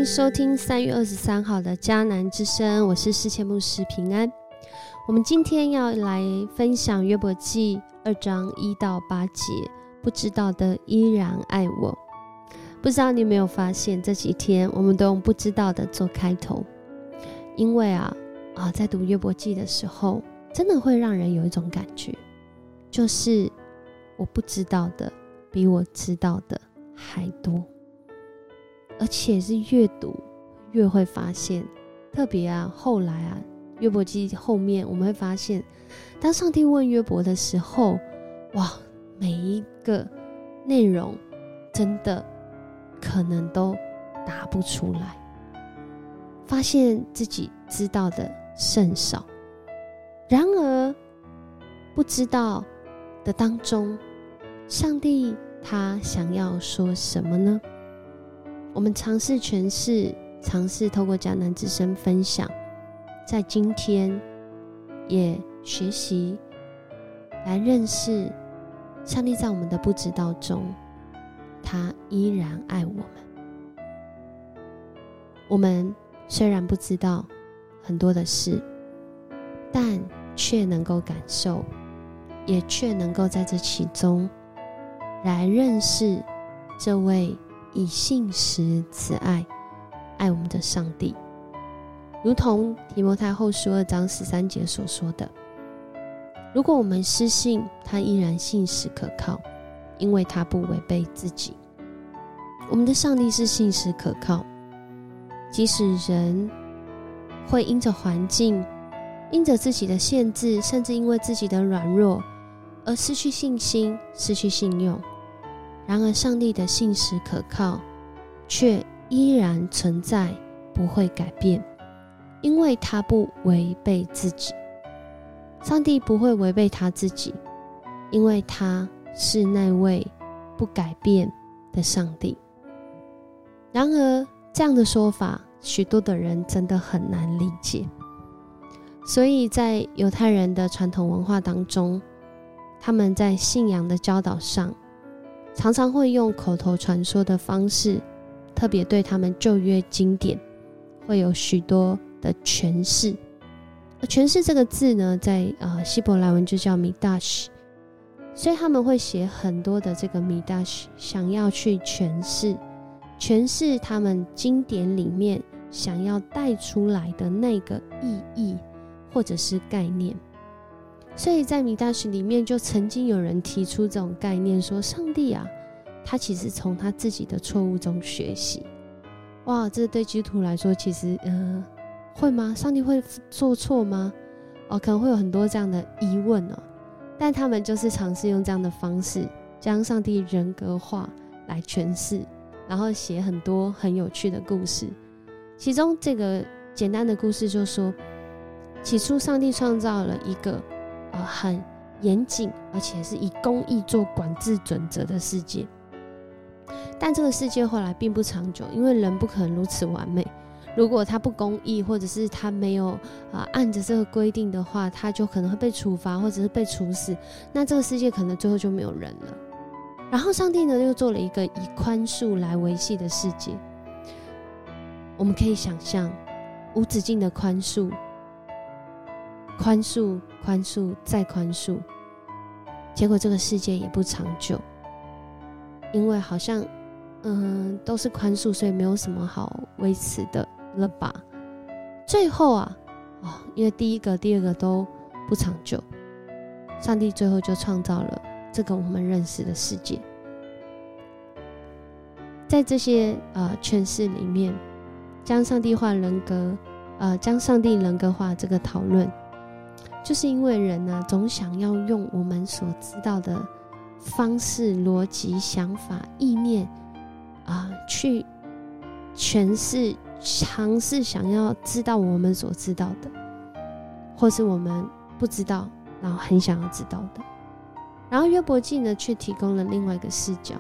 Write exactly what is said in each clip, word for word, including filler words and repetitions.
收听三月二十三号的迦南之声，我是世界牧师平安。我们今天要来分享约伯记二章一到八节，不知道的依然爱我。不知道你有没有发现，这几天我们都用不知道的做开头，因为啊啊，在读约伯记的时候，真的会让人有一种感觉，就是我不知道的比我知道的还多。而且是越读越会发现，特别啊后来啊约伯记后面我们会发现，当上帝问约伯的时候，哇，每一个内容真的可能都答不出来，发现自己知道的甚少。然而不知道的当中，上帝他想要说什么呢？我们尝试诠释，尝试透过迦南之声分享，在今天也学习来认识上帝在我们的不知道中，他依然爱我们。我们虽然不知道很多的事，但却能够感受，也却能够在这其中来认识这位以信实慈爱爱我们的上帝，如同提摩太后书二章十三节所说的，如果我们失信，他依然信实可靠，因为他不违背自己。我们的上帝是信实可靠，即使人会因着环境，因着自己的限制，甚至因为自己的软弱而失去信心，失去信用，然而上帝的信实可靠却依然存在，不会改变，因为他不违背自己。上帝不会违背他自己，因为他是那位不改变的上帝。然而这样的说法，许多的人真的很难理解。所以在犹太人的传统文化当中，他们在信仰的教导上常常会用口头传说的方式，特别对他们旧约经典会有许多的诠释。而诠释这个字呢，在呃希伯来文就叫米达什，所以他们会写很多的这个米达什，想要去诠释诠释他们经典里面想要带出来的那个意义或者是概念。所以在米达什里面就曾经有人提出这种概念，说上帝啊，他其实从他自己的错误中学习。哇，这对基督徒来说其实呃，会吗？上帝会做错吗？哦，可能会有很多这样的疑问哦。但他们就是尝试用这样的方式将上帝人格化来诠释，然后写很多很有趣的故事。其中这个简单的故事就说，起初上帝创造了一个呃很严谨而且是以公义做管制准则的世界，但这个世界后来并不长久，因为人不可能如此完美。如果他不公义，或者是他没有、呃、按着这个规定的话，他就可能会被处罚或者是被处死，那这个世界可能最后就没有人了。然后上帝呢又做了一个以宽恕来维系的世界。我们可以想象无止境的宽恕，宽恕宽恕再宽恕，结果这个世界也不长久，因为好像嗯都是宽恕，所以没有什么好维持的了吧。最后啊、哦、因为第一个第二个都不长久，上帝最后就创造了这个我们认识的世界。在这些呃诠释里面，将上帝化人格呃将上帝人格化这个讨论，就是因为人呢、啊、总想要用我们所知道的方式、逻辑、想法、意念啊、呃、去诠释，尝试想要知道我们所知道的，或是我们不知道然后很想要知道的。然后约伯记呢却提供了另外一个视角。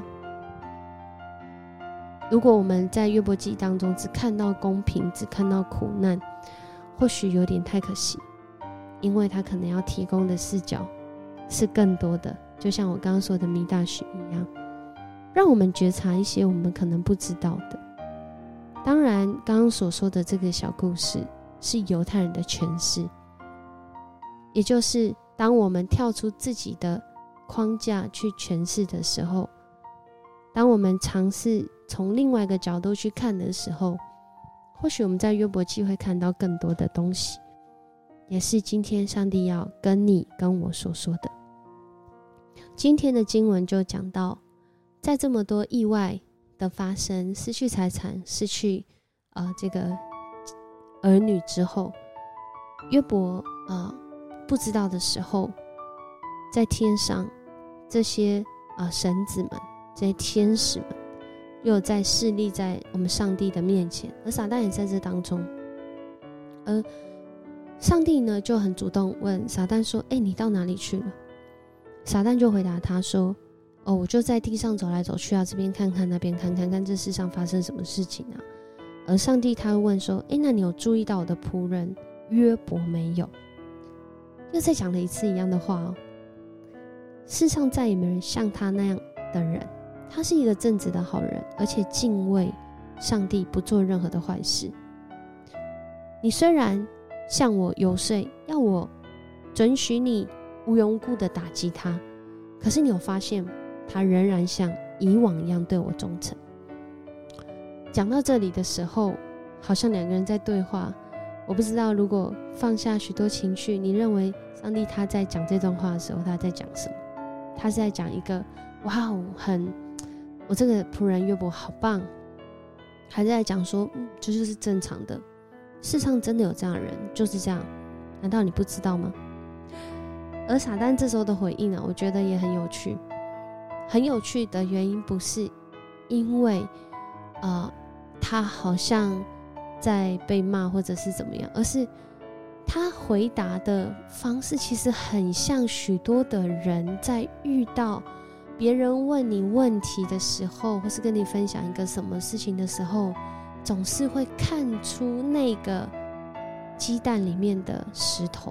如果我们在约伯记当中只看到公平，只看到苦难，或许有点太可惜，因为他可能要提供的视角是更多的，就像我刚刚说的弥大许一样，让我们觉察一些我们可能不知道的。 当然刚刚所说的这个小故事是犹太人的诠释，也就是当我们跳出自己的框架去诠释的时候，当我们尝试从另外一个角度去看的时候，或许我们在约伯记会看到更多的东西，也是今天上帝要跟你跟我所说的。今天的经文就讲到，在这么多意外的发生，失去财产，失去呃这个儿女之后，约伯呃不知道的时候，在天上这些呃神子们，这些天使们又在侍立在我们上帝的面前，而撒旦也在这当中。而上帝呢就很主动问撒旦说，诶，你到哪里去了？撒旦就回答他说，哦，我就在地上走来走去啊，这边看看那边看看，看这世上发生什么事情啊。而上帝他会问说，诶，那你有注意到我的仆人约伯没有？又再讲了一次一样的话哦，世上再也没人像他那样的人，他是一个正直的好人，而且敬畏上帝，不做任何的坏事。你虽然向我游说，要我准许你无缘无故的打击他，可是你有发现他仍然像以往一样对我忠诚。讲到这里的时候，好像两个人在对话。我不知道如果放下许多情绪，你认为上帝他在讲这段话的时候他在讲什么？他是在讲一个哇哦，很我这个仆人约伯好棒，还是在讲说嗯，这就是正常的，世上真的有这样的人，就是这样，难道你不知道吗？而撒旦这时候的回应呢、啊，我觉得也很有趣。很有趣的原因不是因为呃他好像在被骂或者是怎么样，而是他回答的方式其实很像许多的人在遇到别人问你问题的时候，或是跟你分享一个什么事情的时候，总是会看出那个鸡蛋里面的石头，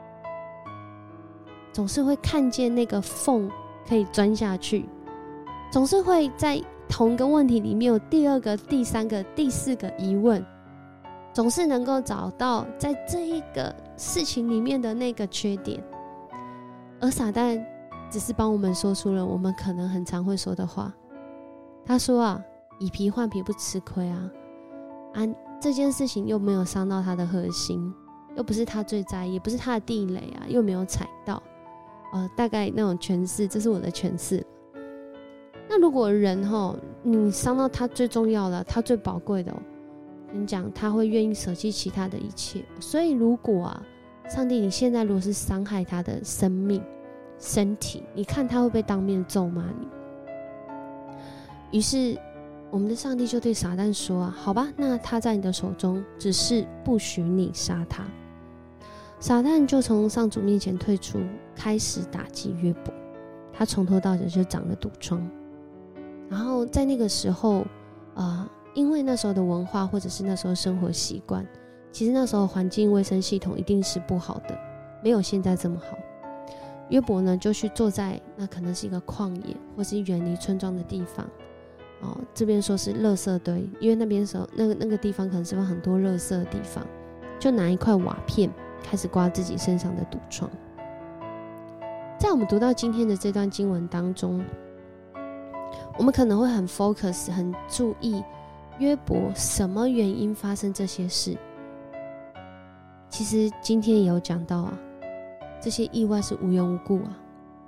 总是会看见那个缝可以钻下去，总是会在同一个问题里面有第二个、第三个、第四个疑问，总是能够找到在这一个事情里面的那个缺点。而撒旦只是帮我们说出了我们可能很常会说的话。他说啊，以皮换皮不吃亏啊，啊，这件事情又没有伤到他的核心，又不是他最在意，也不是他的地雷啊，又没有踩到。呃，大概那种诠释，这是我的诠释。那如果人齁，你伤到他最重要的，他最宝贵的哦，跟你讲，他会愿意舍弃其他的一切。所以如果啊，上帝你现在如果是伤害他的生命、身体，你看他会不会当面咒骂你？于是我们的上帝就对撒旦说啊，好吧，那他在你的手中，只是不许你杀他。撒旦就从上主面前退出，开始打击约伯。他从头到脚就长了毒疮。然后在那个时候呃，因为那时候的文化或者是那时候生活习惯，其实那时候环境卫生系统一定是不好的，没有现在这么好。约伯呢就去坐在那可能是一个旷野或是远离村庄的地方哦，这边说是垃圾堆，因为那边时候那个那个地方可能是很多垃圾的地方，就拿一块瓦片开始刮自己身上的毒疮。在我们读到今天的这段经文当中，我们可能会很 focus 很注意约伯什么原因发生这些事。其实今天也有讲到啊，这些意外是无缘无故啊。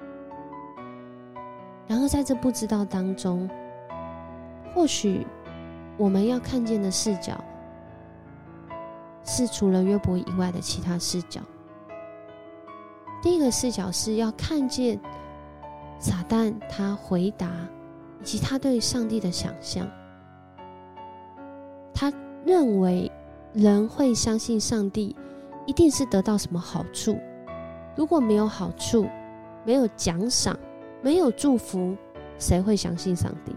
然后在这不知道当中，或许我们要看见的视角是除了约伯以外的其他视角。第一个视角是要看见撒旦他回答以及他对上帝的想象。他认为人会相信上帝一定是得到什么好处，如果没有好处，没有奖赏，没有祝福，谁会相信上帝？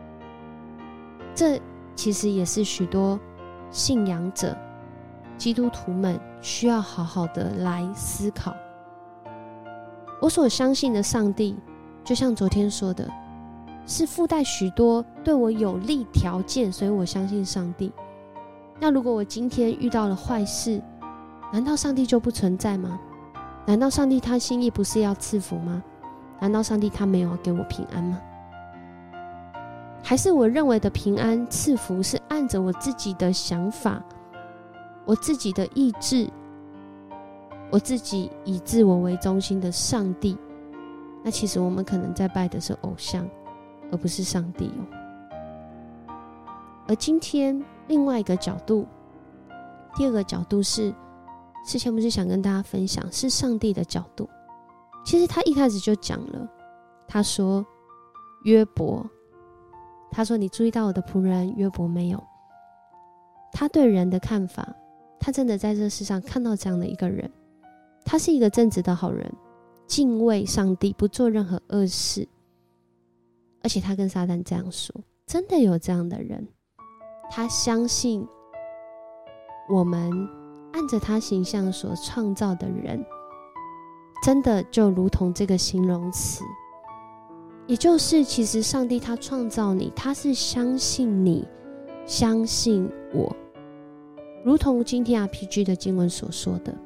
这其实也是许多信仰者基督徒们需要好好的来思考。我所相信的上帝，就像昨天说的， 是附带许多对我有利条件，所以我相信上帝。那如果我今天遇到了坏事，难道上帝就不存在吗？难道上帝他心意不是要赐福吗？难道上帝他没有要给我平安吗？还是我认为的平安赐福是按着我自己的想法，我自己的意志，我自己以自我为中心的上帝？那其实我们可能在拜的是偶像，而不是上帝哦。而今天另外一个角度，第二个角度是之前不是想跟大家分享是上帝的角度。其实他一开始就讲了，他说约伯，他说你注意到我的仆人约伯没有？他对人的看法，他真的在这世上看到这样的一个人，他是一个正直的好人，敬畏上帝，不做任何恶事。而且他跟撒旦这样说，真的有这样的人，他相信我们按着他形象所创造的人，真的就如同这个形容词，也就是其实上帝他创造你，他是相信你，相信我，如同今天 R P G 的经文所说的，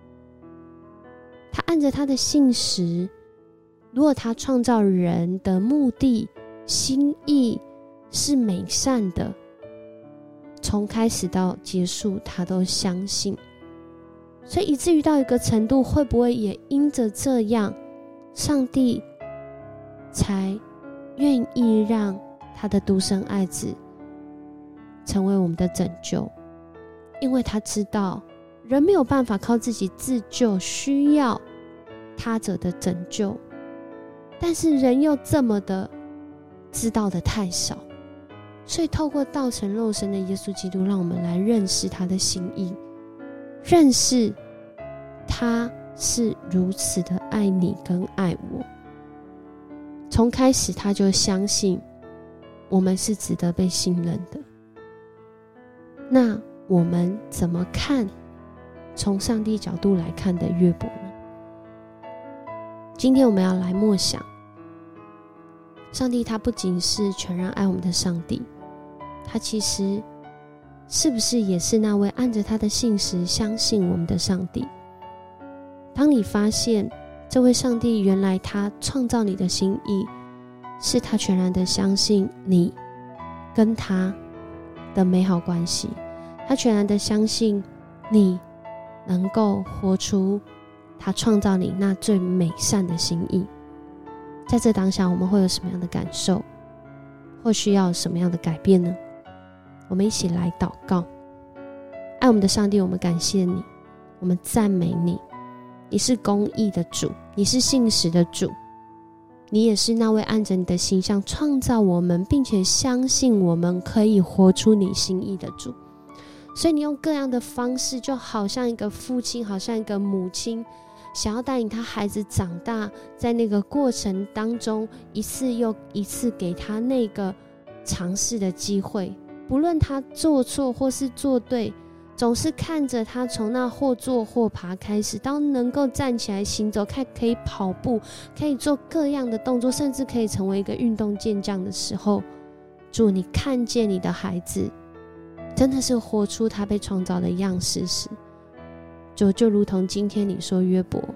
他按着他的信实，如果他创造人的目的心意是美善的，从开始到结束他都相信，所以以至于到一个程度，会不会也因着这样，上帝才愿意让他的独生爱子成为我们的拯救？因为他知道人没有办法靠自己自救，需要他者的拯救，但是人又这么的知道的太少，所以透过道成肉身的耶稣基督，让我们来认识他的心意，认识他是如此的爱你跟爱我。从开始他就相信我们是值得被信任的。那我们怎么看从上帝角度来看的约伯呢？今天我们要来默想，上帝他不仅是全然爱我们的上帝，他其实是不是也是那位按着他的信实相信我们的上帝？当你发现这位上帝原来他创造你的心意，是他全然的相信你跟他的美好关系，他全然的相信你能够活出他创造你那最美善的心意。在这当下我们会有什么样的感受？或需要什么样的改变呢？我们一起来祷告。爱我们的上帝，我们感谢你，我们赞美你，你是公义的主，你是信实的主，你也是那位按着你的形象创造我们，并且相信我们可以活出你心意的主。所以你用各样的方式，就好像一个父亲，好像一个母亲，想要带领他孩子长大，在那个过程当中一次又一次给他那个尝试的机会，不论他做错或是做对，总是看着他从那或坐或爬开始，当能够站起来行走，看可以跑步，可以做各样的动作，甚至可以成为一个运动健将的时候，主，你看见你的孩子真的是活出他被创造的样式时，就就如同今天你说约伯，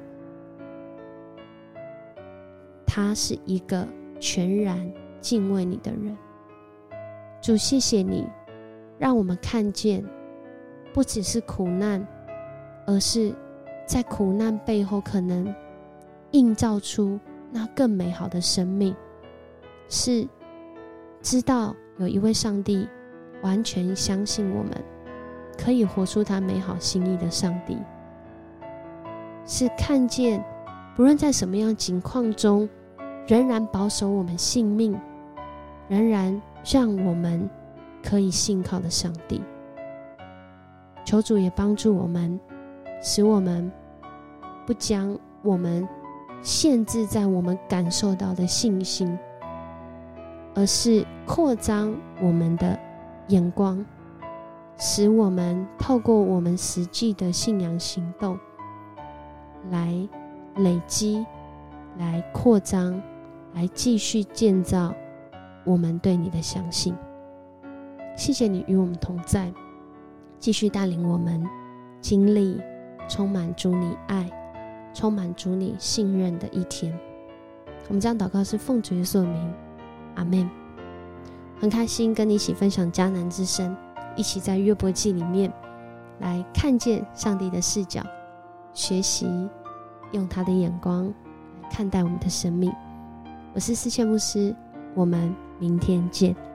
他是一个全然敬畏你的人。主，谢谢你让我们看见不只是苦难，而是在苦难背后可能映照出那更美好的生命，是知道有一位上帝完全相信我们可以活出他美好心意的上帝，是看见不论在什么样境况中仍然保守我们性命，仍然让我们可以信靠的上帝。求主也帮助我们，使我们不将我们限制在我们感受到的信心，而是扩张我们的眼光，使我们透过我们实际的信仰行动来累积，来扩张，来继续建造我们对你的相信。谢谢你与我们同在，继续带领我们经历充满主你爱、充满主你信任的一天。我们这样祷告是奉主耶稣的名，阿们。很开心跟你一起分享迦南之声，一起在约伯记里面来看见上帝的视角，学习用他的眼光来看待我们的生命。我是思倩牧师，我们明天见。